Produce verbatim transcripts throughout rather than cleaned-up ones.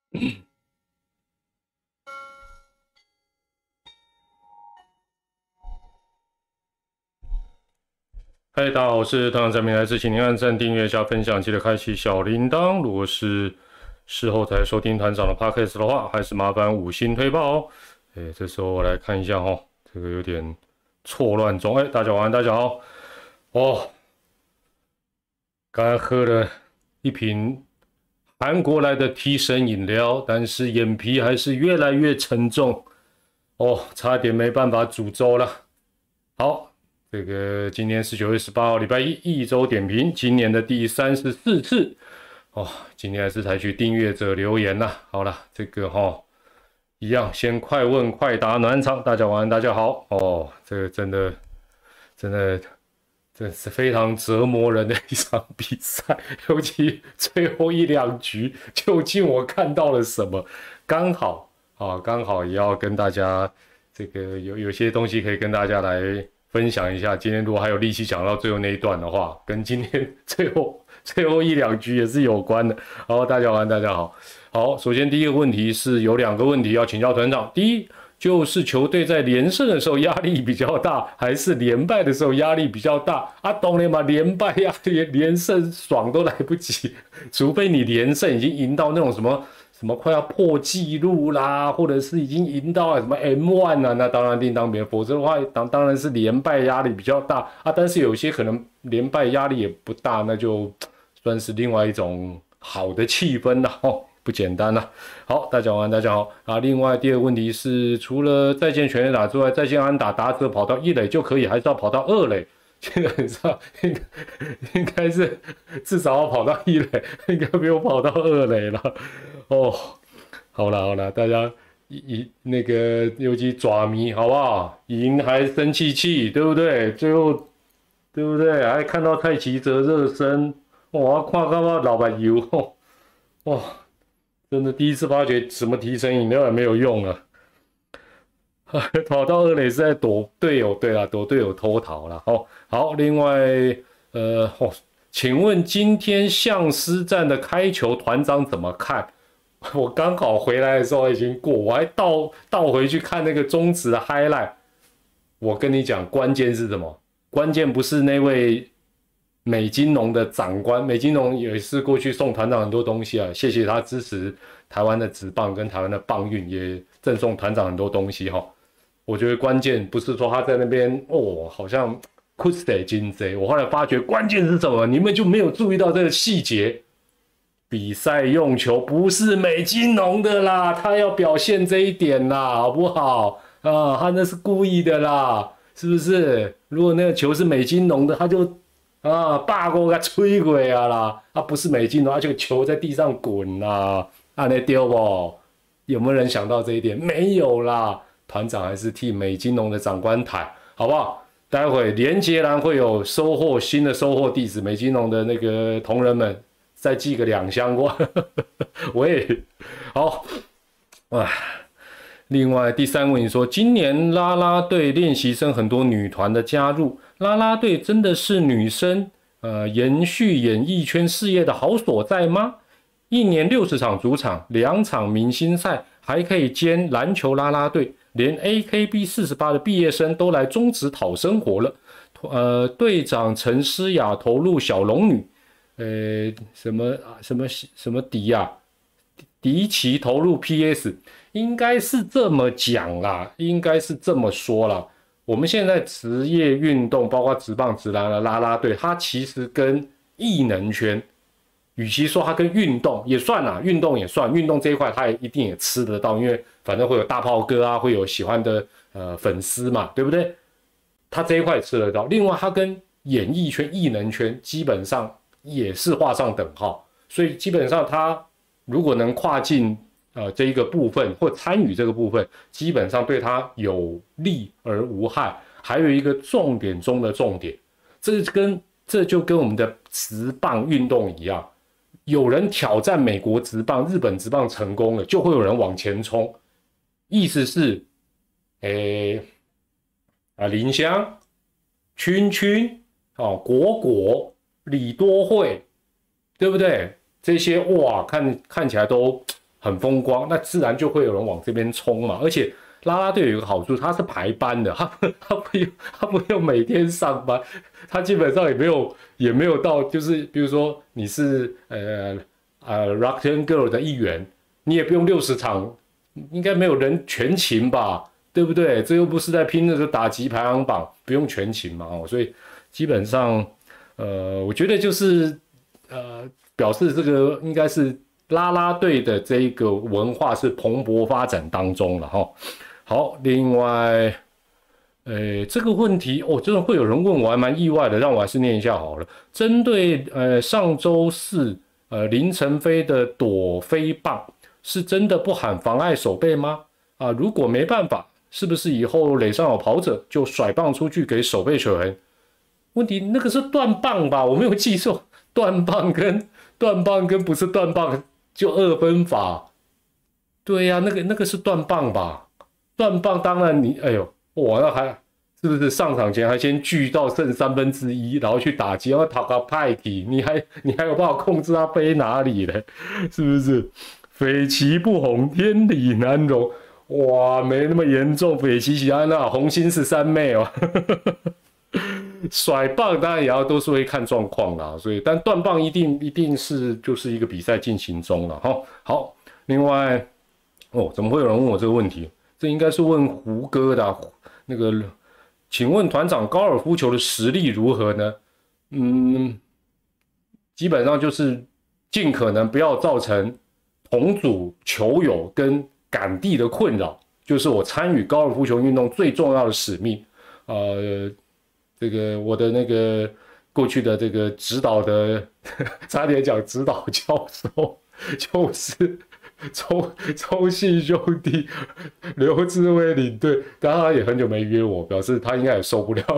嗨，大家好，我是团长陈明，来自请您按赞、订阅加分享，记得开启小铃铛。如果是事后才收听团长的 podcast 的话，还是麻烦五星推爆哦。哎，这时候我来看一下哦，这个有点错乱中。哎，大家晚安，大家好。哦，刚刚喝了一瓶韩国来的提神饮料，但是眼皮还是越来越沉重。哦，差点没办法煮粥了。好。这个今天是九月十八号，礼拜一，一周点评，今年的第三十四次哦。今天还是采取订阅者留言啦。好了，这个哈、哦、一样，先快问快答暖场。大家晚安，大家好哦。这个真的真的真的是非常折磨人的一场比赛，尤其最后一两局，究竟我看到了什么？刚好啊，刚好也要跟大家这个有有些东西可以跟大家来分享一下。今天如果还有力气讲到最后那一段的话，跟今天最后最后一两局也是有关的。好，大家晚安，大家好。好，首先第一个问题是有两个问题要请教团长。第一，就是球队在连胜的时候压力比较大，还是连败的时候压力比较大？啊，当然嘛，连败呀、连连胜爽都来不及，除非你连胜已经赢到那种什么。什么快要破纪录啦，或者是已经赢到什么 M 一 啊，那当然另当别论。否则的话，当当然是连败压力比较大啊。但是有些可能连败压力也不大，那就算是另外一种好的气氛了哦，不简单了。好，大家晚安，大家好啊。另外第二个问题是，除了再见全垒打之外，再见安打打者跑到一垒就可以，还是要跑到二垒？基本上应该应该是至少要跑到一垒，应该没有跑到二垒了。哦，好了好了，大家一那个尤其爪迷好不好？赢还生气气，对不对？最后对不对？还看到蔡奇哲热身，哇，看看我老板油，哇，真的第一次发觉什么提神饮料也没有用啊。跑到二垒是在躲队友，对啦，躲队友偷逃啦。哦，好，另外，呃，哦，请问今天象狮战的开球团长怎么看？我刚好回来的时候已经过，我还倒倒回去看那个中职的 highlight。我跟你讲，关键是什么？关键不是那位美金农的长官，美金农也是过去送团长很多东西啊，谢谢他支持台湾的职棒跟台湾的棒运，也赠送团长很多东西哈、哦。我觉得关键不是说他在那边哦，好像酷得金贼。我后来发觉关键是什么？你们就没有注意到这个细节。比赛用球不是美金农的啦，他要表现这一点啦，好不好？啊，他那是故意的啦，是不是？如果那个球是美金农的，他就啊霸过个吹鬼啊啦，他、啊、不是美金农，他就球在地上滚啦，啊那丢不？有没有人想到这一点？没有啦。团长还是替美金农的长官谈，好不好？待会连结栏会有收获新的收获地址，美金农的那个同仁们再寄个两箱过。我也好，哎。另外第三问你说，今年啦啦队练习生很多女团的加入，啦啦队真的是女生呃延续演艺圈事业的好所在吗？一年六十场主场，两场明星赛，还可以兼篮球啦啦队。连 A K B 四十八的毕业生都来中职讨生活了，呃，队长陈诗雅投入小龙女，呃，什么什么什么迪啊，迪奇投入 P S， 应该是这么讲啦，应该是这么说啦。我们现在职业运动，包括职棒、职篮的啦啦队，它其实跟艺能圈。与其说它跟运动也算啦，运动也算，运动这一块它也一定也吃得到，因为反正会有大炮哥啊，会有喜欢的呃粉丝嘛，对不对？它这一块也吃得到。另外，它跟演艺圈、艺能圈基本上也是画上等号，所以基本上它如果能跨进呃这一个部分或参与这个部分，基本上对它有利而无害。还有一个重点中的重点，这跟这就跟我们的职棒运动一样。有人挑战美国职棒、日本职棒成功了，就会有人往前冲。意思是，诶，啊，林香、群群、哦，果果、李多惠，对不对？这些哇，看看起来都很风光，那自然就会有人往这边冲嘛。而且啦啦队有一个好处，它是排班的，它它不用它不用每天上班，它基本上也没有也没有到就是比如说你是呃呃 Rock and Girl 的一员，你也不用六十场，应该没有人全勤吧，对不对？这又不是在拼那个打击排行榜，不用全勤嘛，哦，所以基本上呃，我觉得就是呃表示这个应该是啦啦队的这一个文化是蓬勃发展当中了哈。好，另外，呃，这个问题哦，真的会有人问我，还蛮意外的，让我还是念一下好了。针对呃上周四呃林承飞的躲飞棒，是真的不喊妨碍守备吗？啊，如果没办法，是不是以后垒上有跑者就甩棒出去给守备球员？问题那个是断棒吧？我没有记错，断棒跟断棒跟不是断棒就二分法。对呀、啊，那个那个是断棒吧？断棒当然你，哎呦，哇，那还是不是上场前还先锯到剩三分之一，然后去打击，然后讨个派体，你还你还有办法控制它飞哪里嘞？是不是？匪旗不红，天理难容。哇，没那么严重，匪旗喜欢那红心十三妹哦。甩棒当然也要都是会看状况啦，所以但断棒一定一定是就是一个比赛进行中了哈。好，另外哦，怎么会有人问我这个问题？这应该是问胡歌的、啊、那个，请问团长高尔夫球的实力如何呢？嗯，基本上就是尽可能不要造成同组球友跟赶地的困扰，就是我参与高尔夫球运动最重要的使命。呃，这个我的那个过去的这个指导的，差点讲指导教授，就是周周姓兄弟刘志威领队，但他也很久没约我，表示他应该也受不了。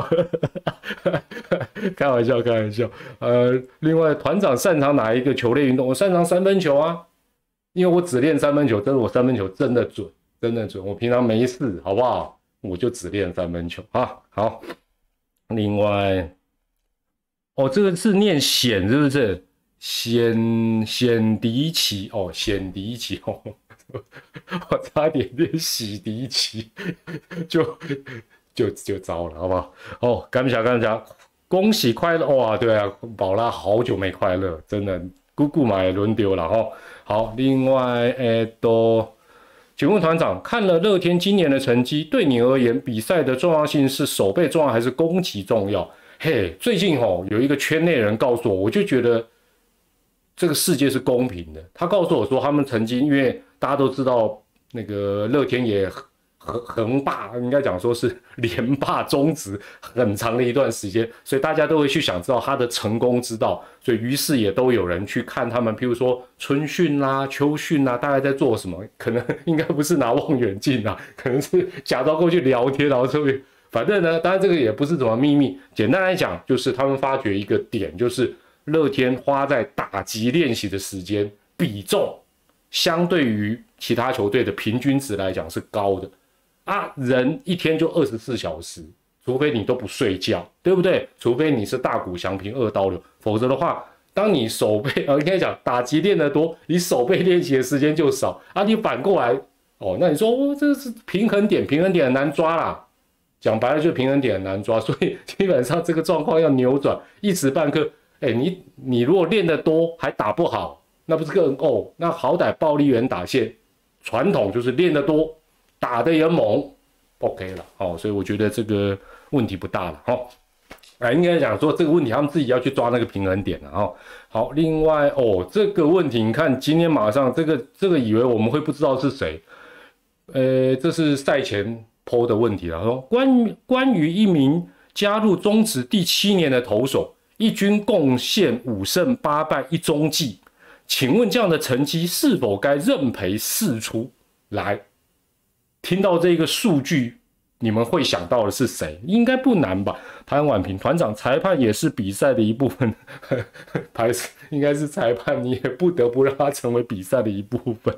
开玩笑，开玩笑。呃，另外团长擅长哪一个球类运动？我擅长三分球啊，因为我只练三分球，但是我三分球真的准，真的准。我平常没事，好不好？我就只练三分球啊。好，另外，哦，这个是念显是不是？显显迪奇哦，显迪奇哦，我差点念洗迪奇，就就就糟了，好不好？哦，感谢感谢，恭喜快乐哇！对啊，宝拉好久没快乐，真的，姑姑嘛也轮丢了哈。好，另外诶都，请问团长，看了乐天今年的成绩，对你而言，比赛的重要性是守备重要还是攻击重要？嘿，最近吼有一个圈内人告诉我，我就觉得。这个世界是公平的。他告诉我说，他们曾经因为大家都知道，那个乐天也横横霸，应该讲说是连霸中职很长的一段时间，所以大家都会去想知道他的成功之道，所以于是也都有人去看他们，譬如说春训啦、秋训啦，大概在做什么，可能应该不是拿望远镜啊，可能是假装过去聊天，然后这边，反正呢，当然这个也不是什么秘密，简单来讲就是他们发觉一个点，就是。乐天花在打击练习的时间比重，相对于其他球队的平均值来讲是高的啊。人一天就二十四小时，除非你都不睡觉，对不对？除非你是大谷翔平二刀流，否则的话，当你手背呃应该讲打击练得多，你手背练习的时间就少啊。你反过来哦，那你说哦，这是平衡点，平衡点很难抓啦。讲白了，就平衡点很难抓，所以基本上这个状况要扭转，一时半刻。哎，你你如果练得多还打不好，那不是更哦？那好歹暴力员打线，传统就是练得多，打得也猛 ，OK 了，哦，所以我觉得这个问题不大了，哦，哎，应该讲说这个问题他们自己要去抓那个平衡点了，哦，好，另外哦，这个问题你看今天马上这个这个以为我们会不知道是谁，呃，这是赛前 P O 的问题了，说关于关于一名加入中职第七年的投手。一军贡献五胜八败一中计，请问这样的成绩是否该认赔释出？来，听到这个数据，你们会想到的是谁？应该不难吧？潘婉平团长，裁判也是比赛的一部分，还应该是裁判，你也不得不让他成为比赛的一部分。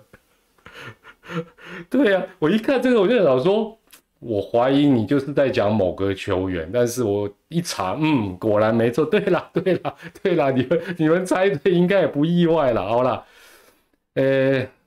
对啊，我一看这个，我就想说。我怀疑你就是在讲某个球员，但是我一查，嗯，果然没错。对啦，对啦，对啦，你们你们猜对应该也不意外啦。好啦，呃，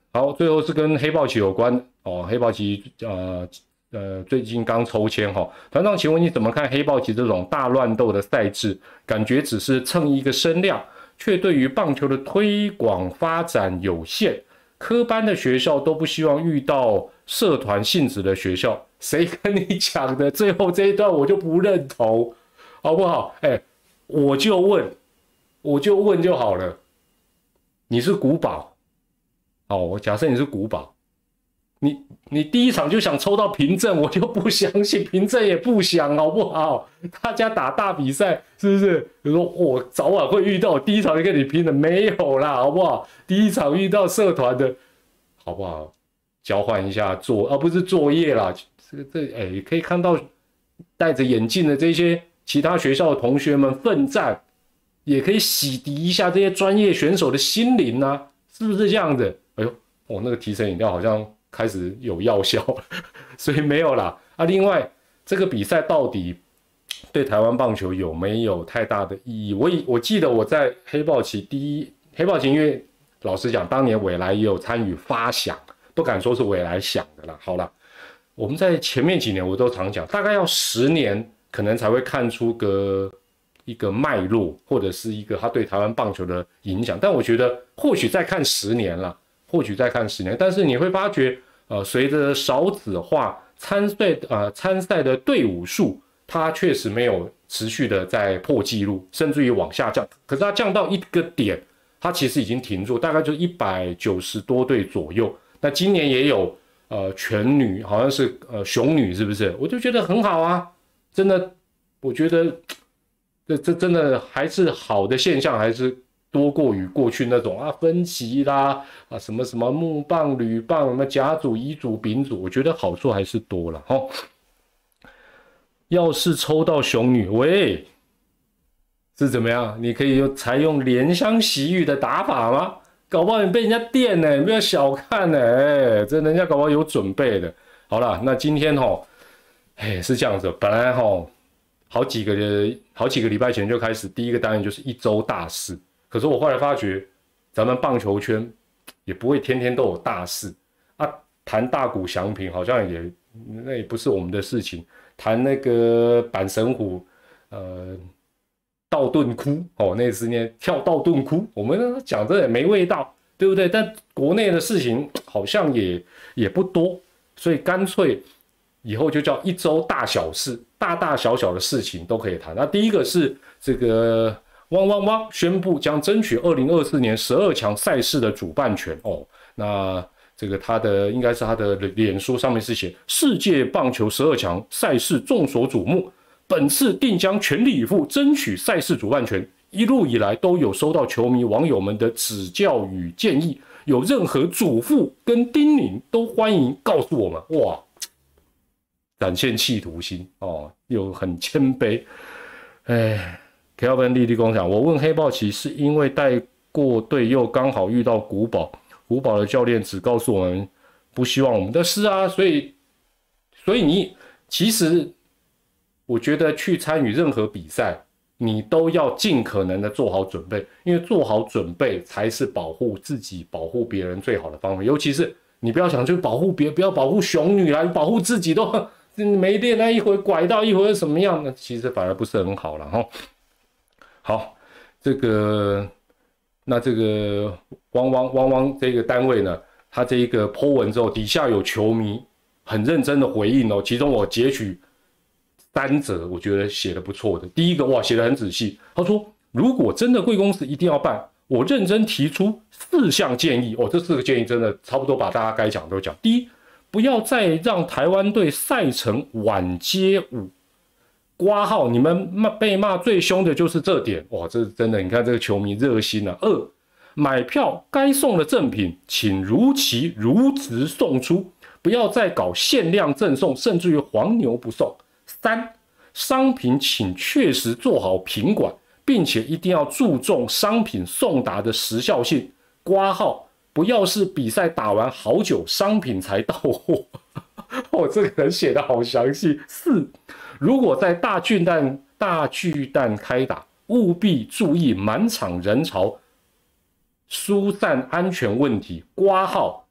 好，最后是跟黑豹旗有关哦，黑豹旗呃呃最近刚抽签哈、哦，团长，请问你怎么看黑豹旗这种大乱斗的赛制？感觉只是蹭一个声量，却对于棒球的推广发展有限。科班的学校都不希望遇到社团性质的学校，谁跟你讲的？最后这一段我就不认同，好不好？哎，我就问，我就问就好了。你是古堡，好，我假设你是古堡，你你第一场就想抽到平镇，我就不相信，平镇也不想，好不好？大家打大比赛是不是？比如说我、哦、早晚会遇到，第一场就跟你拼的没有啦，好不好？第一场遇到社团的，好不好？交换一下作，而、啊、不是作业啦。这这哎，可以看到戴着眼镜的这些其他学校的同学们奋战，也可以洗涤一下这些专业选手的心灵啊，是不是这样子？哎呦，哦，那个提神饮料好像开始有药效，所以没有啦。啊，另外这个比赛到底对台湾棒球有没有太大的意义？我我记得我在黑豹旗第一黑豹旗，因为老实讲，当年未来也有参与发想，不敢说是未来想的啦。好啦，我们在前面几年我都常讲，大概要十年可能才会看出个一个脉络，或者是一个他对台湾棒球的影响。但我觉得或许再看十年啦，或许再看十年，但是你会发觉，呃，随着少子化，参赛呃参赛的队伍数，它确实没有持续的在破纪录，甚至于往下降。可是它降到一个点，它其实已经停住，大概就一百九十多队左右。那今年也有呃全女，好像是呃雄女，是不是？我就觉得很好啊，真的，我觉得这这真的还是好的现象，还是多过于过去那种啊分级啦啊什么什么木棒、铝棒、什么甲组、乙组、丙组，我觉得好处还是多了哈。要是抽到雄女，喂，是怎么样？你可以采用怜香惜玉的打法吗？搞不好你被人家电呢、欸，你不要小看呢、欸，这人家搞不好有准备的。好了，那今天哈，哎是这样子，本来哈好几个好几个礼拜前就开始，第一个单元就是一周大事。可是我后来发觉，咱们棒球圈也不会天天都有大事啊，谈大谷翔平好像也那也不是我们的事情，谈那个阪神虎，呃。道顿窟哦，那十年跳道顿窟，我们讲这也没味道，对不对？但国内的事情好像也也不多，所以干脆以后就叫一周大小事，大大小小的事情都可以谈。那第一个是这个汪汪汪宣布将争取二零二四年十二强赛事的主办权哦。那这个他的应该是他的脸书上面是写世界棒球十二强赛事众所瞩目。本次定将全力以赴争取赛事主办权，一路以来都有收到球迷网友们的指教与建议，有任何嘱咐跟叮咛都欢迎告诉我们。哇，展现企图心哦，又很谦卑。哎 ，Kelvin 丽丽跟我讲，我问黑豹旗是因为带过队又刚好遇到古堡，古堡的教练只告诉我们不希望我们的事啊，所以，所以你其实。我觉得去参与任何比赛，你都要尽可能的做好准备，因为做好准备才是保护自己、保护别人最好的方法。尤其是你不要想去保护别人，不要保护雄女啦，保护自己都没练，那一会拐到，一会什么样呢？其实反而不是很好了哈。好，这个那这个汪汪汪汪这个单位呢，他这一个 po 文之后，底下有球迷很认真的回应哦，其中我截取。三则我觉得写的不错的，第一个哇写的很仔细，他说如果真的贵公司一定要办，我认真提出四项建议哦，这四个建议真的差不多把大家该讲都讲。第一，不要再让台湾队赛程晚街舞，括号你们骂被骂最凶的就是这点哇，这是真的，你看这个球迷热心啊。二，买票该送的赠品请如期如职送出，不要再搞限量赠送，甚至于黄牛不送。三，商品请确实做好品管，并且一定要注重商品送达的时效性，括号不要是比赛打完好久商品才到货。哦，这个人写的好详细。四，如果在大巨蛋大巨蛋开打，务必注意满场人潮疏散安全问题，括号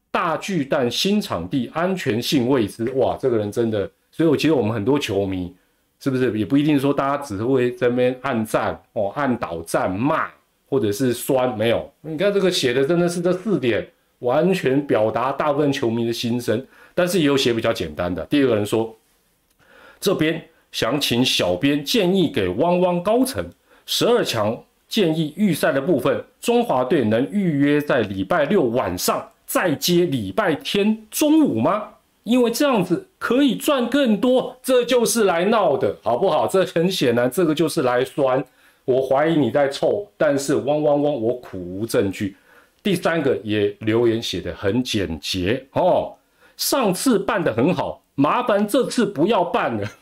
大巨蛋新场地安全性未知，哇，这个人真的，所以我其实我们很多球迷是不是也不一定说大家只会在那边按赞哦、按倒赞骂或者是酸，没有，你看这个写的真的是这四点，完全表达大部分球迷的心声，但是也有写比较简单的。第二个人说，这边想请小编建议给汪汪高层，十二强建议预赛的部分，中华队能预约在礼拜六晚上再接礼拜天中午吗？因为这样子可以赚更多，这就是来闹的，好不好？这很显然，这个就是来酸。我怀疑你在臭，但是汪汪汪，我苦无证据。第三个也留言写得很简洁哦，上次办得很好，麻烦这次不要办了。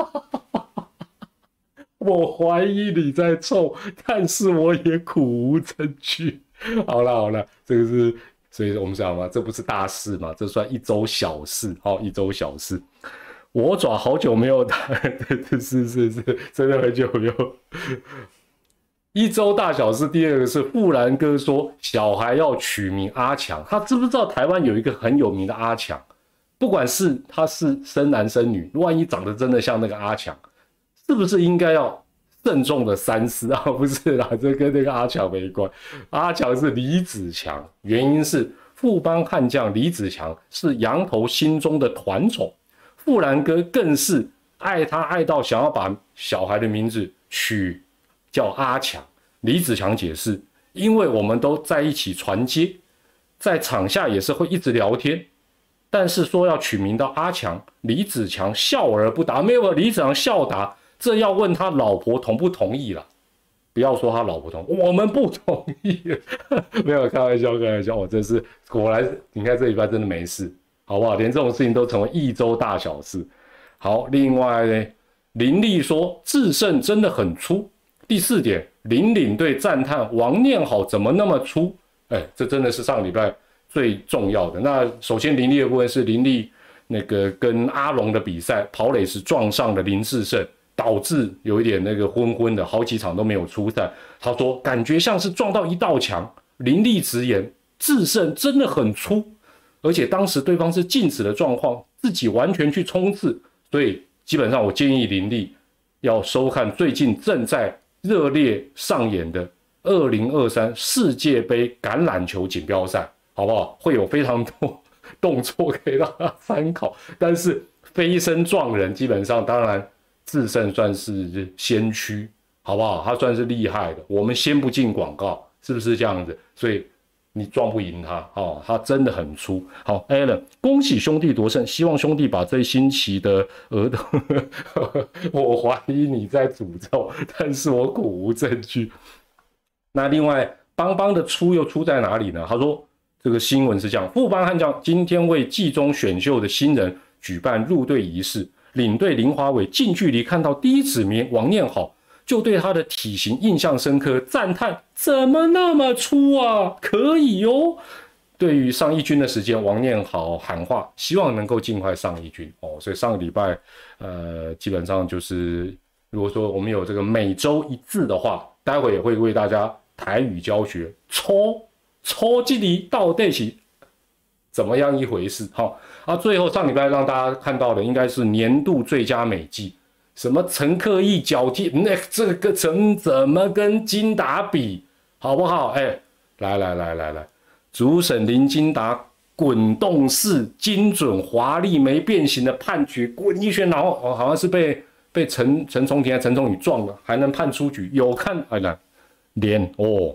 我怀疑你在臭，但是我也苦无证据。好了好了，这个是，所以我们讲嘛，这不是大事嘛，这算一周小事，好、哦，一周小事。我爪好久没有打，是是是，真的很久没有。一周大小事，第二个是富兰哥说小孩要取名阿强，他知不知道台湾有一个很有名的阿强？不管是他是生男生女，万一长得真的像那个阿强，是不是应该要慎重的三思啊？不是啦，这跟那个阿强没关。阿强是李子强，原因是富邦悍将李子强是洋投心中的团宠，富兰哥更是爱他爱到想要把小孩的名字取叫阿强。李子强解释，因为我们都在一起传接，在场下也是会一直聊天，但是说要取名到阿强，李子强笑而不答。没有，李子强笑答，这要问他老婆同不同意啦。不要说他老婆同意，我们不同意。没有，开玩笑，开玩笑。我真是果然，你看这礼拜真的没事，好不好？连这种事情都成为一周大小事。好，另外呢，林立说智胜真的很粗。第四点，林领队赞叹王念好怎么那么粗？哎，这真的是上礼拜最重要的。那首先林立的部分是林立那个跟阿龙的比赛，跑垒时撞上了林智胜，导致有一点那个昏昏的，好几场都没有出赛。他说感觉像是撞到一道墙。林立直言智胜真的很粗，而且当时对方是静止的状况，自己完全去冲刺，所以基本上我建议林立要收看最近正在热烈上演的二零二三世界杯橄榄球锦标赛，好不好？会有非常多动作可以让他参考，但是飞身撞人，基本上当然智胜算是先驱，好不好？他算是厉害的。我们先不进广告，是不是这样子？所以你撞不赢他，哦，他真的很粗。好 ，Alan， 恭喜兄弟夺胜，希望兄弟把这星期的儿童，我怀疑你在诅咒，但是我苦无证据。那另外，邦邦的出又出在哪里呢？他说这个新闻是这样：富邦悍将今天为季中选秀的新人举办入队仪式，领队林华伟近距离看到第一指名王念好，就对他的体型印象深刻，赞叹怎么那么粗啊，可以哦。对于上一军的时间，王念好喊话，希望能够尽快上一军哦。所以上个礼拜，呃，基本上就是，如果说我们有这个每周一字的话，待会也会为大家台语教学，抽抽这里到底是怎么样一回事？好、哦，啊，最后上礼拜让大家看到的应该是年度最佳美技。什么陈克义脚踢，那这个怎怎么跟金达比，好不好？哎，来来来来来，主审林金达滚动式精准华丽没变形的判决，滚一圈，然后哦好像是被被陈陈崇廷还陈崇宇撞了，还能判出局，有看哎来连哦。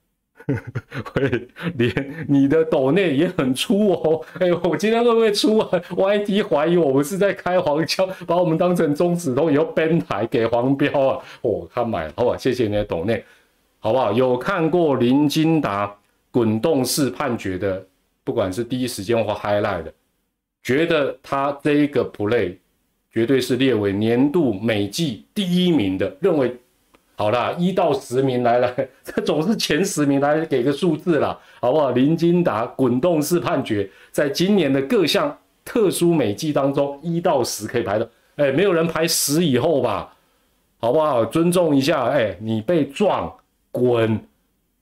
连你的斗内也很粗哦，哎，我今天会不会出啊 ？Y T 怀疑我们是在开黄腔，把我们当成中指通以后 ban 台给黄标啊！哦，他买了，好吧，谢谢你的斗内，好不好？有看过林金达滚动式判决的，不管是第一时间或 highlight 的，觉得他这一个 play 绝对是列为年度美技第一名的，认为。好啦，一到十名来来，这总是前十名来给个数字啦，好不好？林金达滚动式判决，在今年的各项特殊美技当中，一到十可以排到，哎，没有人排十以后吧？好不好？尊重一下，哎，你被撞滚，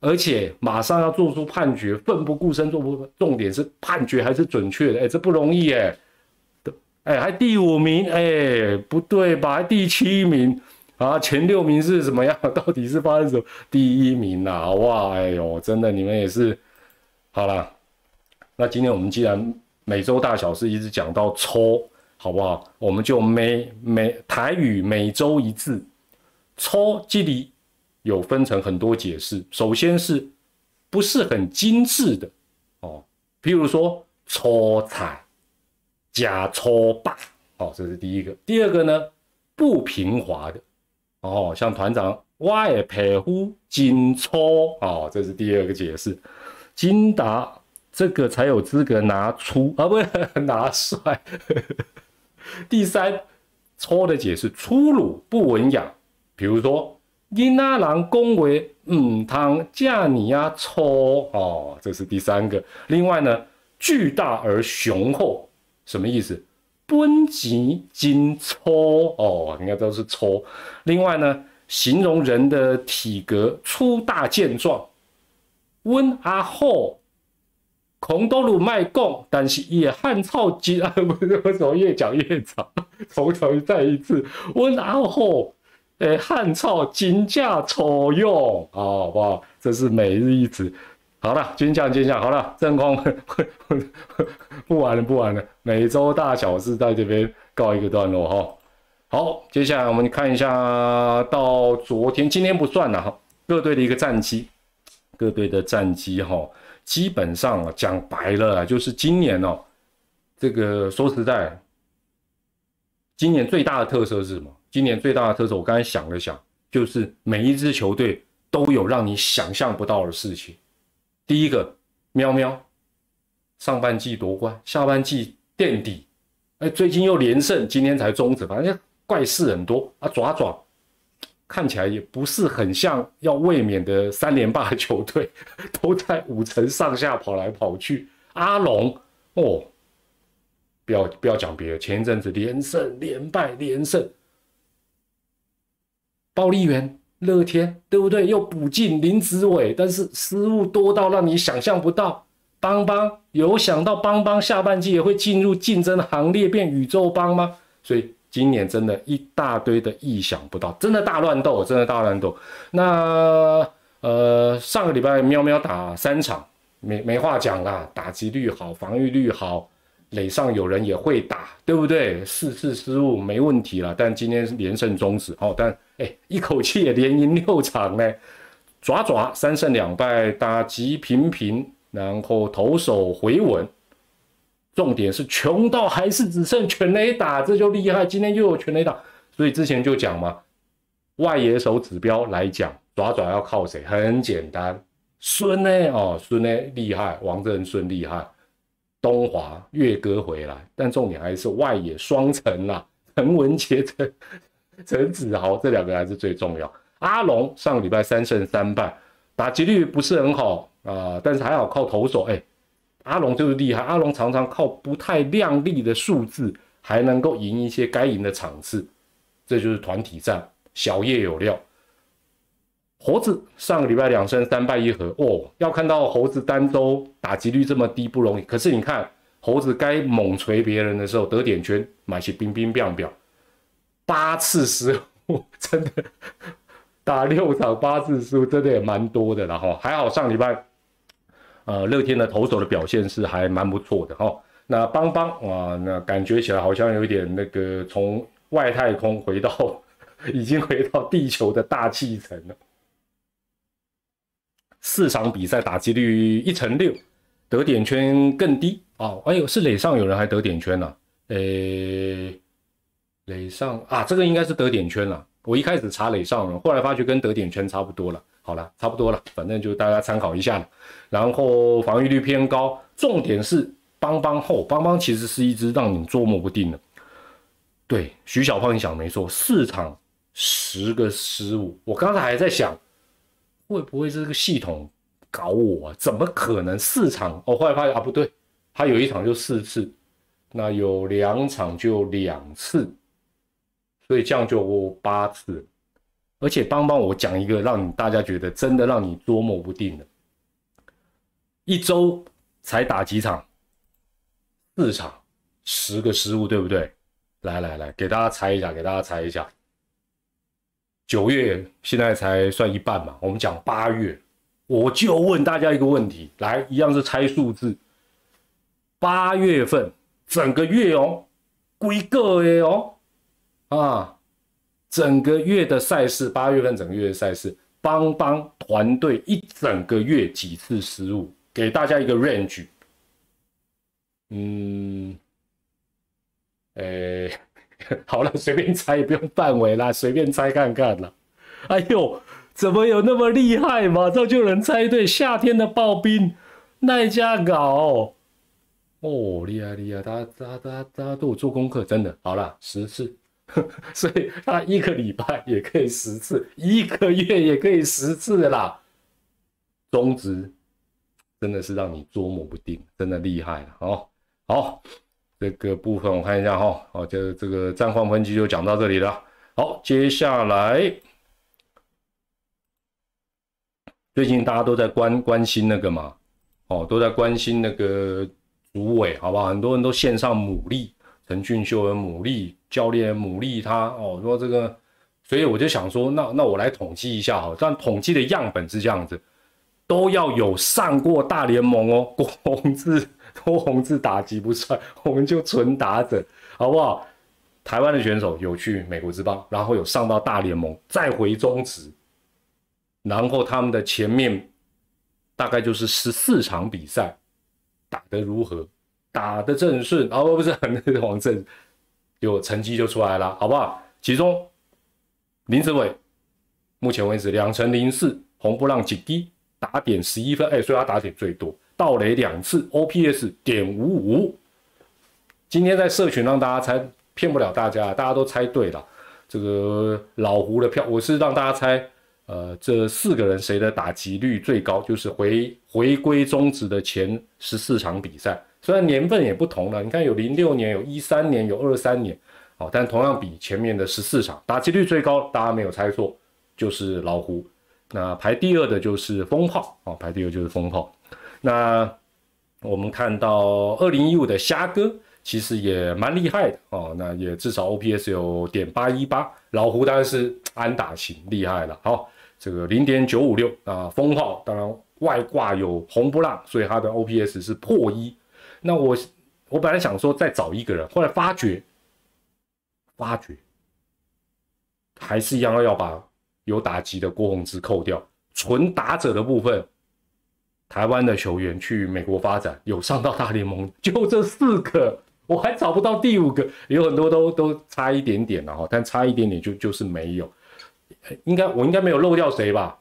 而且马上要做出判决，奋不顾身做不，重点是判决还是准确的，哎，这不容易哎，哎，还第五名，哎，不对吧？还第七名啊，前六名是怎么样？到底是发生什么？第一名啊，哇，哎呦，真的你们也是，好啦，那今天我们既然每周大小事一直讲到抽，好不好？我们就每每台语每周一字，抽这里有分成很多解释。首先是不是很精致的哦，譬如说抽彩、假抽霸，哦，这是第一个。第二个呢，不平滑的哦，像团长我的皮肤真粗哦，这是第二个解释。金达这个才有资格拿出啊，不是拿帅。第三，粗的解释粗鲁不文雅，比如说囡仔人恭维唔通嫁你啊粗哦，这是第三个。另外呢，巨大而雄厚，什么意思？本钱真粗哦，应该都是粗。另外呢，形容人的体格粗大健壮。温阿厚，孔都鲁卖贡，但是也汉操金啊，不是为什么越讲越长？从头再一次，温阿厚。诶，汉操金价抽用啊，好不好？这是每日一词。好了，金价金价好了，正空不玩了不玩了，每周大小事在这边告一个段落哈。好，接下来我们看一下到昨天，今天不算了哈，各队的一个战绩，各队的战绩哈，基本上讲白了就是今年哦，这个说实在，今年最大的特色是什么？今年最大的特色，我刚才想了想，就是每一支球队都有让你想象不到的事情。第一个，喵喵，上半季夺冠，下半季垫底，哎，最近又连胜，今天才终止，反正怪事很多啊。爪爪看起来也不是很像要卫冕的三连霸的球队，都在五成上下跑来跑去。阿龙哦，不要不要讲别的，前一阵子连胜连败连胜。暴力员、乐天，对不对？又补进林子伟，但是失误多到让你想象不到。邦邦有想到邦邦下半季也会进入竞争行列，变宇宙邦吗？所以今年真的一大堆的意想不到，真的大乱斗，真的大乱斗。那呃，上个礼拜喵喵打三场，没没话讲啦，打击率好，防御率好。垒上有人也会打，对不对？四次失误没问题啦，但今天连胜终止哦。但哎，一口气也连赢六场呢，爪爪三胜两败，打击平平，然后投手回稳。重点是穷到还是只剩全垒打，这就厉害。今天又有全垒打，所以之前就讲嘛，外野手指标来讲，爪爪要靠谁？很简单，孙呢？哦，孙呢厉害，王振孙厉害。东华岳哥回来，但重点还是外野双城啦，陈文杰、陈陈子豪这两个还是最重要。阿龙上个礼拜三胜三败，打击率不是很好啊、呃，但是还好靠投手。哎，阿龙就是厉害，阿龙常常靠不太亮丽的数字，还能够赢一些该赢的场次，这就是团体战，小叶有料。猴子上个礼拜两胜三败一和哦，要看到猴子单周打击率这么低不容易。可是你看猴子该猛捶别人的时候得点圈，买些冰冰冰冰，八次失误，真的打六场八次失误，真的也蛮多的了哈。还好上礼拜呃乐天的投手的表现是还蛮不错的哈。那邦邦啊，那感觉起来好像有一点那个从外太空回到已经回到地球的大气层了。四场比赛打击率一成六，得点圈更低哦。哎呦，是垒上有人还得点圈啊？诶，垒上啊，这个应该是得点圈了。我一开始查垒上人，后来发觉跟得点圈差不多了。好了，差不多了，反正就大家参考一下了。然后防御率偏高，重点是邦邦后，邦邦其实是一支让你捉摸不定的。对，徐小胖你想没错，四场十个失误，我刚才还在想。会不会是这个系统搞我啊？怎么可能四场？哦，后来发现啊，不对，他有一场就四次，那有两场就两次，所以这样就八次。 而且邦邦，我讲一个让你大家觉得真的让你捉摸不定的，一周才打几场？四场，十个失误，对不对？来来来，给大家猜一下，给大家猜一下。九月现在才算一半嘛，我们讲八月，我就问大家一个问题，来，一样是猜数字。八月份整个月哦，几个月哦，啊，整个月的赛事，八月份整个月的赛事，邦邦团队一整个月几次失误？给大家一个 range。嗯，诶，好了，随便猜也不用范围啦，随便猜看看啦。哎呦，怎么有那么厉害？马上就能猜对，夏天的刨冰，奈加搞。哦，厉害厉害，大家大家大家大家都有做功课，真的。好了，十次，所以他一个礼拜也可以十次，一个月也可以十次的啦。中职真的是让你捉摸不定，真的厉害了哦。好，这个部分我看一下哈、哦，好，这这个战况分析就讲到这里了。好，接下来最近大家都在关关心那个嘛，哦，都在关心那个主委，好不好？很多人都线上牡蛎，陈俊秀的牡蛎教练牡蛎他哦，说这个，所以我就想说，那那我来统计一下哈，但统计的样本是这样子，都要有上过大联盟哦，郭宏志。郭宏志打击不算，我们就纯打者，好不好？台湾的选手有去美国职棒，然后有上到大联盟，再回中职，然后他们的前面大概就是十四场比赛打得如何，打得正顺，哦不是很往正，有成绩就出来了，好不好？其中林子伟目前为止两成零四，红不让几滴，打点十一分，哎，所以他打点最多。盗垒两次 ，O P S 点五五。今天在社群让大家猜，骗不了大家，大家都猜对了。这个老胡的票，我是让大家猜，呃，这四个人谁的打击率最高，就是回回归中职的前十四场比赛。虽然年份也不同了，你看有零六年、有一三年、有二三年，哦，但同样比前面的十四场打击率最高，大家没有猜错，就是老胡。那排第二的就是风炮，哦，排第二就是风炮。那我们看到二零一五的虾哥其实也蛮厉害的哦，那也至少 O P S 有点八一八，老胡当然是安打型厉害了，好，这个零点九五六啊，风炮当然外挂有红不让，所以他的 O P S 是破一。那我我本来想说再找一个人，后来发觉发觉还是一样要把有打击的郭宏志扣掉，纯打者的部分。台湾的球员去美国发展，有上到大联盟，就这四个，我还找不到第五个，有很多都都差一点点了哈，但差一点点就就是没有，应该我应该没有漏掉谁吧？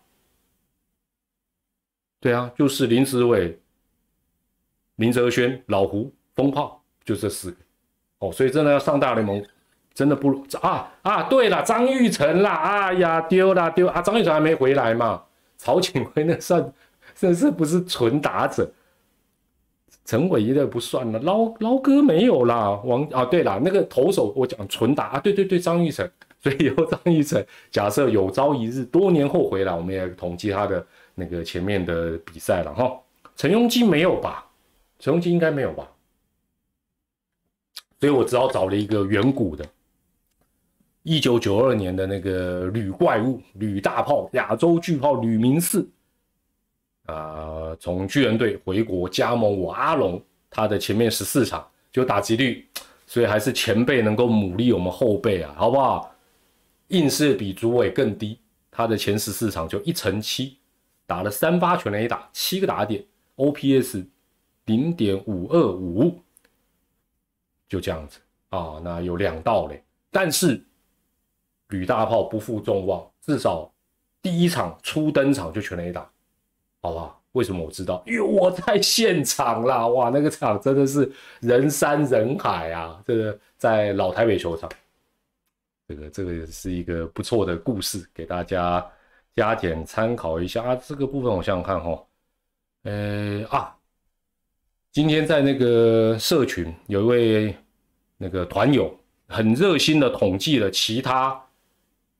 对啊，就是林子伟、林哲轩、老胡、风炮，就这四个哦，所以真的要上大联盟，真的不啊啊！对了，张育成啦，哎呀丢啦丢啊，张育成还没回来嘛，曹景辉那算。这是不是纯打者？陈伟一的不算了，捞捞哥没有啦。王啊，对啦，那个投手我讲纯打啊，对对对，张育成。所以由张育成假设有朝一日多年后回来，我们也统计他的那个前面的比赛了哈。陈庸基没有吧？陈庸基应该没有吧？所以我只好找了一个远古的，一九九二年的那个吕怪物、吕大炮、亚洲巨炮吕明寺。呃，从巨人队回国加盟我阿龙，他的前面十四场就打击率，所以还是前辈能够牡蛎我们后辈啊，好不好？硬是比主委更低，他的前十四场就一成七，打了三发全垒打，七个打点 ，O P S 零点五二五，就这样子啊，那有两道嘞，但是吕大炮不负众望，至少第一场初登场就全垒打。好不好？为什么我知道？因为我在现场啦！哇，那个场真的是人山人海啊！这个在老台北球场，这个这个也是一个不错的故事，给大家加减参考一下啊。这个部分我想想看哈，呃啊，今天在那个社群有一位那个团友很热心的统计了其他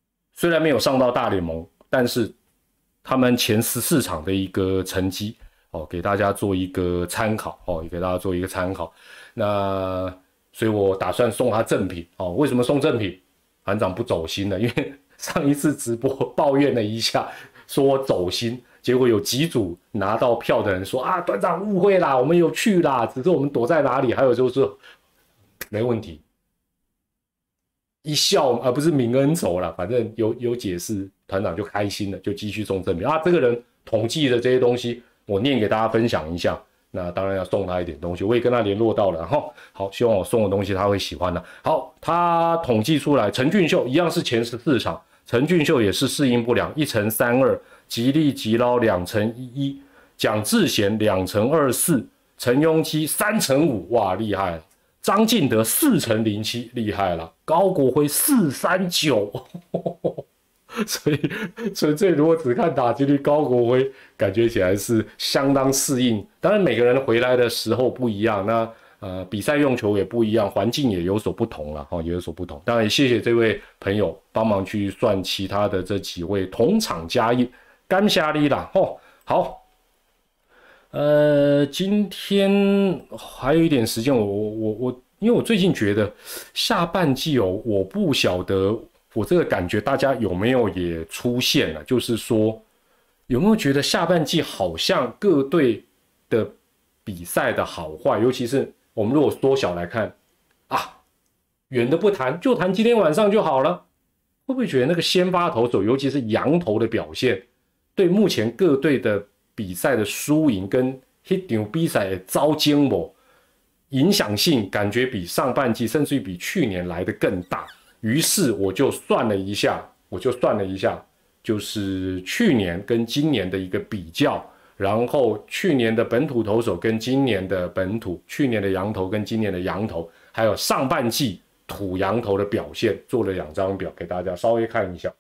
虽然没有上到大联盟，但是他们前十四场的一个成绩哦，给大家做一个参考哦，也给大家做一个参考。那所以我打算送他赠品哦。为什么送赠品？团长不走心了，因为上一次直播抱怨了一下，说我走心，结果有几组拿到票的人说啊，团长误会啦，我们有去啦，只是我们躲在哪里。还有就是没问题，一笑而、啊、不是泯恩仇啦，反正有有解释，团长就开心了，就继续送赠品啊。这个人统计的这些东西，我念给大家分享一下。那当然要送他一点东西，我也跟他联络到了哈。好，希望我送的东西他会喜欢的。好，他统计出来，陈俊秀一样是前十四场，陈俊秀也是适应不良，一乘三二，吉利吉捞两乘一一，蒋志贤两乘二四，陈庸基三乘五，哇，厉害了！张进德四乘零七，厉害了！高国辉四三九。所以纯粹如果只看打击率，高国辉感觉起来是相当适应。当然每个人回来的时候不一样，那呃比赛用球也不一样，环境也有所不同了，也有所不同。当然也谢谢这位朋友帮忙去算其他的这几位同场加印，感谢你啦吼。好，呃，今天还有一点时间，我我我，因为我最近觉得下半季哦，我不晓得。我这个感觉大家有没有也出现了？就是说，有没有觉得下半季好像各队的比赛的好坏，尤其是我们如果缩小来看啊，远的不谈，就谈今天晚上就好了。会不会觉得那个先发投手，尤其是洋投的表现，对目前各队的比赛的输赢跟那场比赛的糟践我影响性，感觉比上半季甚至于比去年来的更大？于是我就算了一下，我就算了一下，就是去年跟今年的一个比较，然后去年的本土投手跟今年的本土，去年的洋投跟今年的洋投，还有上半季土洋投的表现，做了两张表给大家稍微看一下，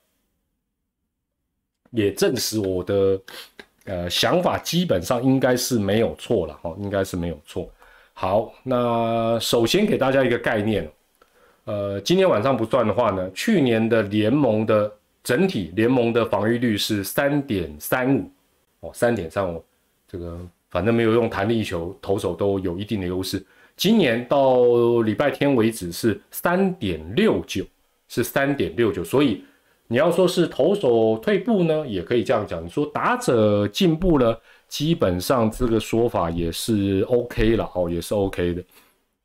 也证实我的呃想法基本上应该是没有错了，应该是没有错。好，那首先给大家一个概念。呃，今天晚上不算的话呢，去年的联盟的整体联盟的防御率是 三点三五 哦 ,三点三五 这个反正没有用弹力球，投手都有一定的优势。今年到礼拜天为止是 三点六九 是 三点六九 所以你要说是投手退步呢，也可以这样讲，你说打者进步了，基本上这个说法也是 OK 了哦，也是 OK 的。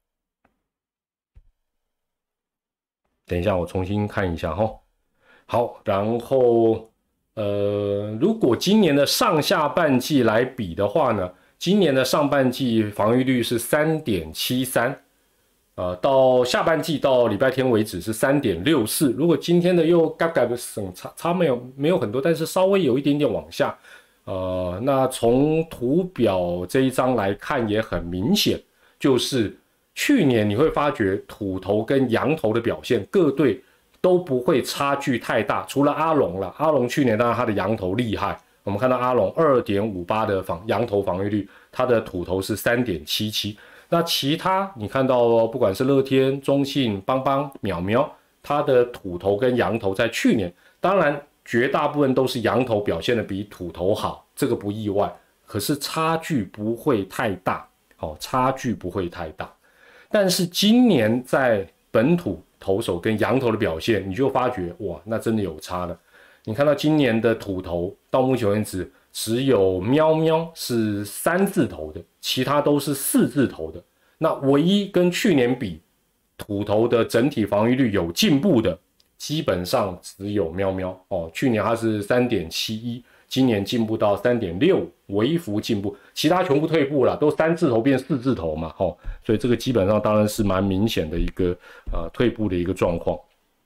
等一下，我重新看一下哈。好，然后呃，如果今年的上下半季来比的话呢，今年的上半季防御率是 三点七三， 呃，到下半季到礼拜天为止是 三点六四。如果今天的又嘎嘎的省差差没有没有很多，但是稍微有一点点往下。呃，那从图表这一张来看也很明显，就是去年你会发觉土投跟洋投的表现，各队都不会差距太大，除了阿龙啦，阿龙去年当然他的洋投厉害，我们看到阿龙 二点五八 的防洋投防御率，他的土投是 三点七七， 那其他你看到不管是乐天、中信、邦邦、淼淼，他的土投跟洋投在去年，当然绝大部分都是洋投表现的比土投好，这个不意外，可是差距不会太大，哦，差距不会太大。但是今年在本土投手跟洋投的表现，你就发觉哇，那真的有差了。你看到今年的土投到目前为止，只有喵喵是三字头的，其他都是四字头的。那唯一跟去年比，土投的整体防御率有进步的，基本上只有喵喵哦。去年它是 三点七一，今年进步到 三点六五， 微幅进步，其他全部退步了，都三字头变四字头嘛，哦，所以这个基本上当然是蛮明显的一个呃退步的一个状况。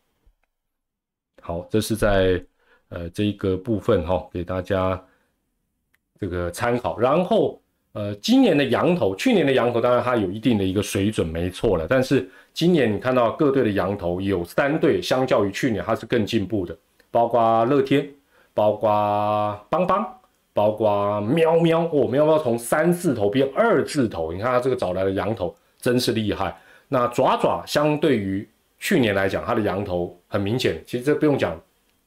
好，这是在呃这一个部分哈、哦，给大家这个参考。然后呃今年的洋投，去年的洋投当然它有一定的一个水准没错了，但是今年你看到各队的洋投有三队相较于去年它是更进步的，包括乐天。包括邦邦，包括喵喵哦，喵喵从三字头变二字头，你看他这个找来的洋头真是厉害。那爪爪相对于去年来讲，他的洋头很明显，其实这不用讲，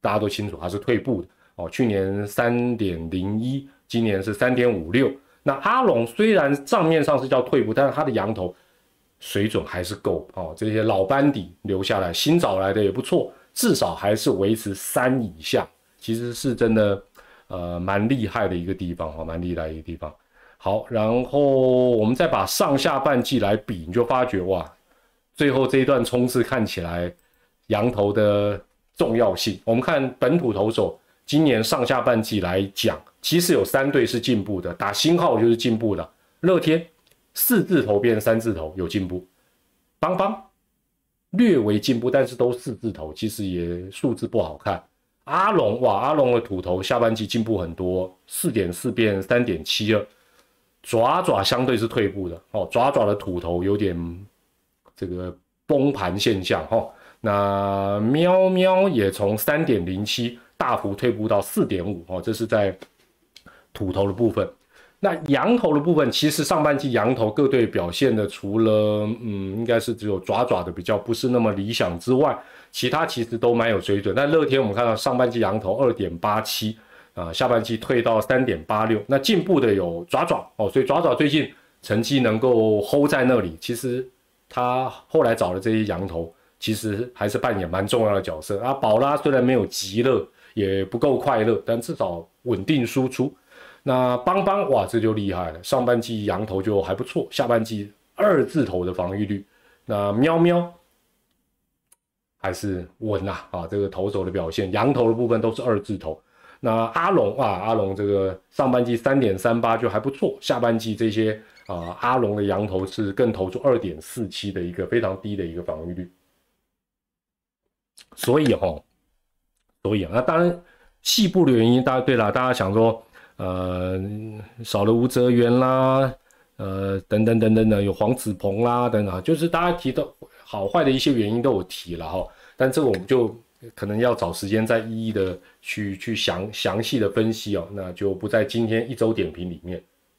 大家都清楚它是退步的哦，去年 三点零一， 今年是 三点五六。那阿龙虽然账面上是叫退步，但是它的羊头水准还是够哦，这些老班底留下来，新找来的也不错，至少还是维持三以下，其实是真的呃蛮厉害的一个地方哈，蛮厉害的一个地方。好，然后我们再把上下半季来比，你就发觉哇，最后这一段冲刺看起来羊头的重要性。我们看本土投手今年上下半季来讲，其实有三队是进步的，打星号就是进步的，乐天四字头变三字头有进步，邦邦略微进步，但是都四字头，其实也数字不好看。阿龙哇，阿龙的土头下半季进步很多， 四点四 变 三点七 了。爪爪相对是退步的哦，爪爪的土头有点这个崩盘现象哦。那喵喵也从 三点零七 大幅退步到 四点五 哦，这是在土头的部分。那羊头的部分，其实上半季羊头各队表现的，除了嗯，应该是只有爪爪的比较不是那么理想之外，其他其实都蛮有水准。但乐天我们看到上半季羊头 二点八七。啊，下半季退到 三点八六， 那进步的有爪爪哦，所以爪爪最近成绩能够 hold 在那里，其实他后来找的这些羊头，其实还是扮演蛮重要的角色啊。宝拉虽然没有极乐，也不够快乐，但至少稳定输出。那邦邦哇，这就厉害了，上半季羊头就还不错，下半季二字头的防御率。那喵喵还是稳啊，啊，这个投手的表现，羊头的部分都是二字头。那阿龙啊，阿龙这个上半季 三点三八 就还不错，下半季这些啊、呃、阿龙的羊头是更投出 二点四七 的一个非常低的一个防御率。所以齁，所以啊，那当然细部的原因，大家对啦，大家想说，呃，少了吴哲源啦，呃，等等等等的，有黄子鹏啦，等等，就是大家提到好坏的一些原因都有提了齁，但这个我们就可能要找时间再一一的去去详详细的分析哦，那就不在今天一周点评里面。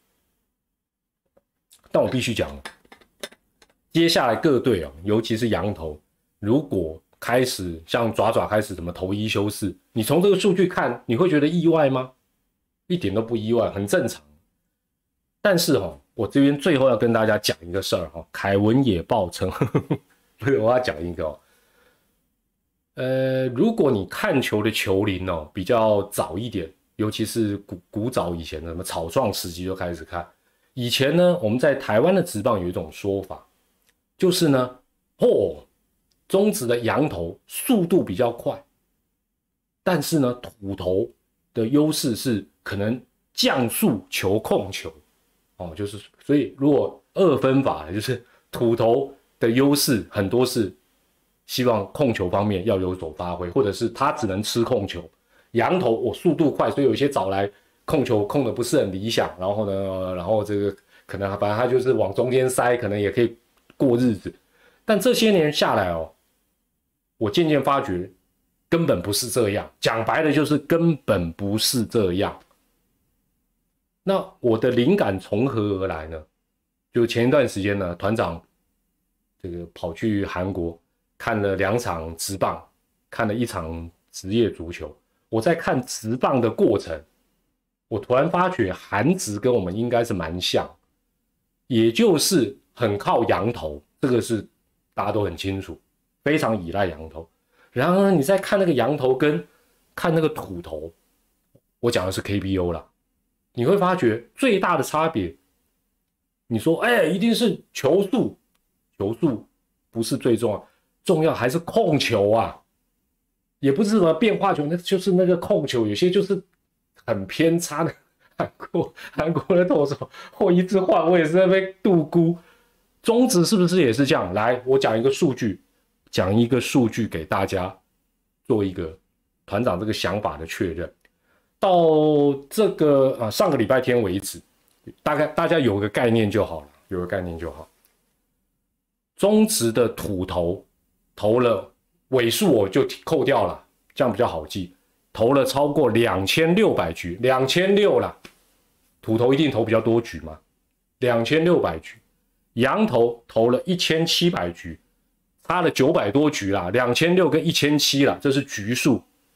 但我必须讲，接下来各队哦，尤其是洋投，如果开始像爪爪开始怎么投一休四，你从这个数据看，你会觉得意外吗？一点都不意外，很正常。但是哦，我这边最后要跟大家讲一个事儿哈，凯文也报称，不是我要讲一个哦。呃，如果你看球的球龄哦比较早一点，尤其是古古早以前的什么草创时期就开始看。以前呢，我们在台湾的职棒有一种说法，就是呢，哦，中职的洋投速度比较快，但是呢，土投的优势是可能降速求控球，哦，就是所以如果二分法就是土投的优势很多是。希望控球方面要有所发挥，或者是他只能吃控球。洋投我、哦、速度快，所以有一些找来控球控的不是很理想，然后呢，然后这个可能反正他就是往中间塞，可能也可以过日子。但这些年下来哦，我渐渐发觉根本不是这样，讲白了就是根本不是这样。那我的灵感从何而来呢？就前一段时间呢，团长这个跑去韩国。看了两场职棒，看了一场职业足球。我在看职棒的过程，我突然发觉韩职跟我们应该是蛮像，也就是很靠洋投，这个是大家都很清楚，非常依赖洋投。然而你在看那个洋投跟看那个土投，我讲的是 K B O 啦，你会发觉最大的差别，你说哎、欸，一定是球速，球速不是最重要。重要还是控球啊，也不是什么变化球，那就是那个控球，有些就是很偏差的。韩国韩国的投手或一直换，我也是在被度估。中职是不是也是这样？来，我讲一个数据，讲一个数据给大家做一个团长这个想法的确认。到这个啊上个礼拜天为止，大概大家有个概念就好了，有个概念就好。中职的土投。投了尾数我就扣掉了，这样比较好记。投了超过两千六百局，两千六百啦，土投一定投比较多局嘛，两千六百局。洋投投了一千七百局，差了九百多局啦，两千六百跟一千七百啦，这是局数，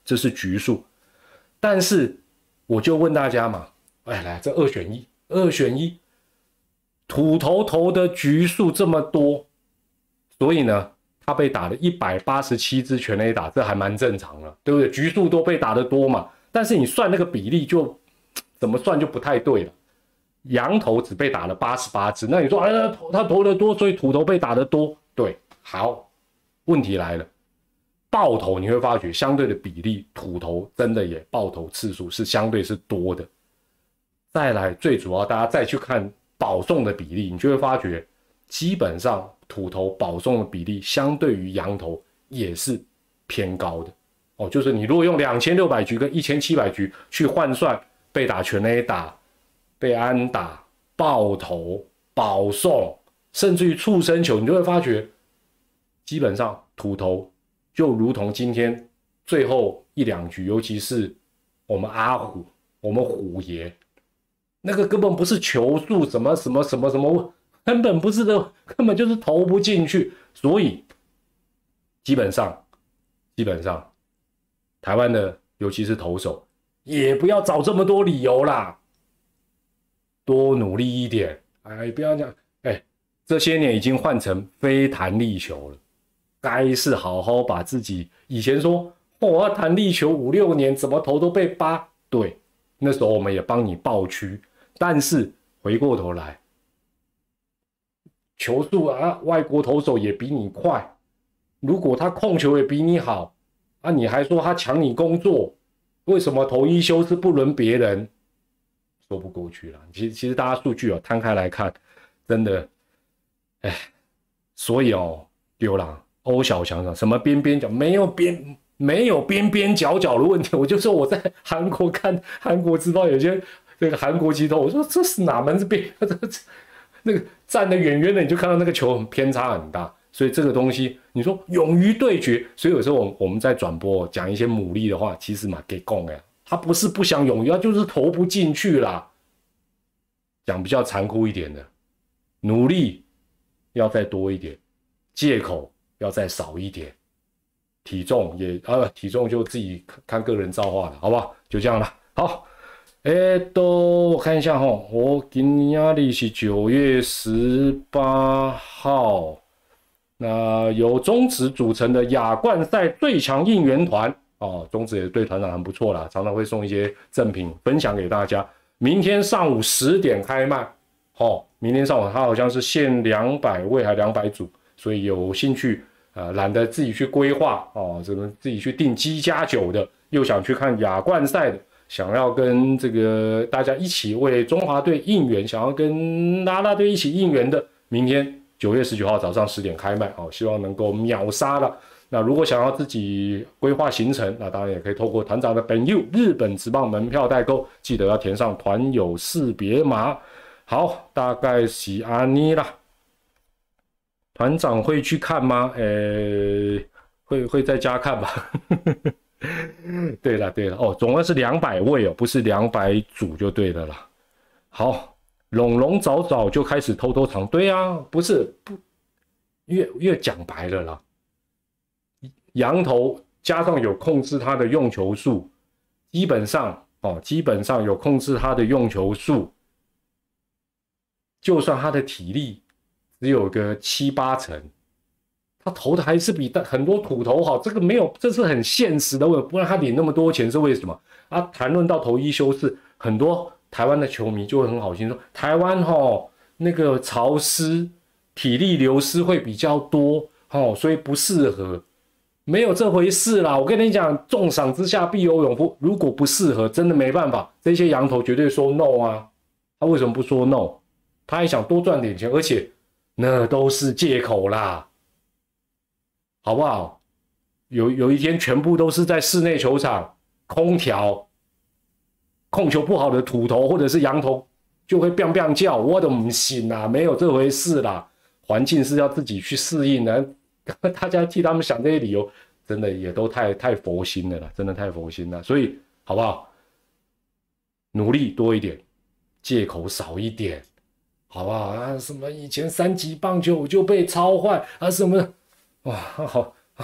这是局数。但是我就问大家嘛，哎，来这二选一，二选一，土头投的局数这么多，所以呢，他被打了一百八十七支全垒打，这还蛮正常的，对不对？局数都被打得多嘛，但是你算那个比例就怎么算就不太对了。洋投只被打了八十八支，那你说哎，他投得多，所以土头被打得多，对，好，问题来了。爆头你会发觉相对的比例，土头真的也爆头次数是相对是多的。再来最主要，大家再去看保送的比例，你就会发觉基本上土头保送的比例相对于洋头也是偏高的哦。就是你如果用两千六百局跟一千七百局去换算被打全垒打、被安打、爆头、保送，甚至于触身球，你就会发觉基本上土头就如同今天最后一两局，尤其是我们阿虎，我们虎爷，那个根本不是球速什么什么什么什么，根本不是的，根本就是投不进去。所以基本上，基本上台湾的尤其是投手，也不要找这么多理由啦，多努力一点。哎，不要讲，哎，这些年已经换成非弹力球了。该是好好把自己以前说我要弹力球五六年怎么投都被扒，对，那时候我们也帮你爆区，但是回过头来，球速啊，外国投手也比你快，如果他控球也比你好啊，你还说他抢你工作，为什么投一休是不轮别人？说不过去了。其实其实大家数据哦摊开来看，真的，哎，所以哦，丢啦。欧小强讲什么边边角，没有边没有边边角角的问题。我就说我在韩国看韩国知道有些那个韩国机头，我说这是哪门子边？那个站得远远的，你就看到那个球很偏差很大。所以这个东西，你说勇于对决，所以有时候我我们在转播讲一些牡蛎的话，其实嘛给供哎，他不是不想勇于，他就是投不进去啦。讲比较残酷一点的，努力要再多一点，借口要再少一点，体重也啊，体重就自己看个人造化了，好不好？就这样了。好，哎，都我看一下哈，我今天的是九月十八号，那由中职组成的亚冠赛最强应援团哦，中职也对团长很不错啦，常常会送一些赠品分享给大家。明天上午十点开卖，哦，明天上午它好像是限两百位还两百组。所以有兴趣，呃，懒得自己去规划哦，怎么自己去订机加酒的，又想去看亚冠赛的，想要跟这个大家一起为中华队应援，想要跟啦啦队一起应援的，明天九月十九号早上十点开卖哦，希望能够秒杀了。那如果想要自己规划行程，那当然也可以透过团长的本友日本职棒门票代购，记得要填上团友识别码。好，大概是安妮啦。团长会去看吗？呃，会会在家看吧。对了对了，哦，总共是两百位哦，不是两百组就对了啦。好，龙龙早早就开始偷偷藏，对啊，不是不越越讲白了啦。羊头加上有控制它的用球数，基本上哦，基本上有控制它的用球数，就算他的体力只有个七八成，他投的还是比很多土投好，这个没有，这是很现实的问题，不然他领那么多钱是为什么？啊，谈论到投一休四，很多台湾的球迷就会很好心说，台湾吼那个潮湿，体力流失会比较多，吼，所以不适合。没有这回事啦，我跟你讲，重赏之下必有勇夫，如果不适合，真的没办法，这些洋头绝对说 no 啊，他为什么不说 no？ 他还想多赚点钱，而且那都是借口啦，好不好？有有一天全部都是在室内球场，空调，控球不好的土头或者是洋头就会 biang biang 叫，我都不信啦，没有这回事啦，环境是要自己去适应的。大家替他们想这些理由，真的也都太太佛心了啦，真的太佛心了。所以好不好？努力多一点，借口少一点，好不好啊？什么以前三级棒球就被超坏啊？什么哇，好好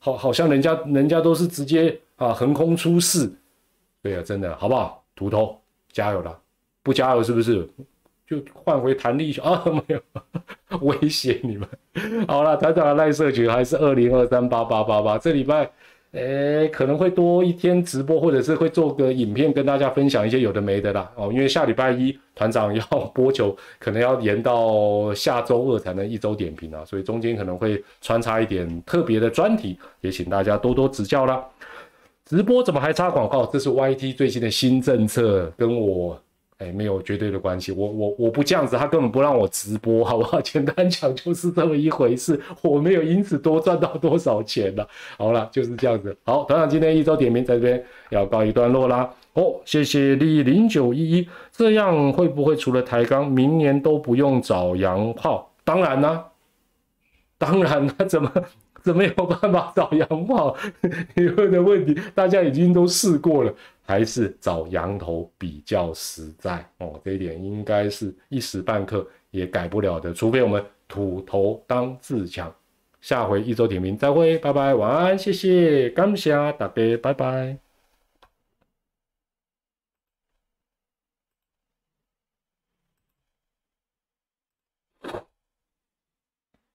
好好像人家人家都是直接啊横空出世，对啊，真的好不好？秃头加油啦，不加油是不是？就换回弹力球啊，没有威胁你们。好了，团长的赖社群还是二零二三八八八八，这礼拜。诶，可能会多一天直播，或者是会做个影片跟大家分享一些有的没的啦。哦，因为下礼拜一团长要播球，可能要延到下周二才能一周点评啊，所以中间可能会穿插一点特别的专题，也请大家多多指教啦。直播怎么还插广告？这是 Y T 最新的新政策，跟我哎没有绝对的关系。我我我不这样子，他根本不让我直播，好不好？简单讲就是这么一回事，我没有因此多赚到多少钱了。好了，就是这样子。好，团长今天一周点评在这边要告一段落啦。哦，谢谢李零九一一，这样会不会除了台钢，明年都不用找洋炮？当然啦、啊，当然啦、啊，怎么？怎么有办法找洋炮？你问的问题，大家已经都试过了，还是找洋头比较实在哦。这一点应该是一时半刻也改不了的，除非我们土头当自强。下回一周点评再会，拜拜，晚安，谢谢，感谢大家，拜拜。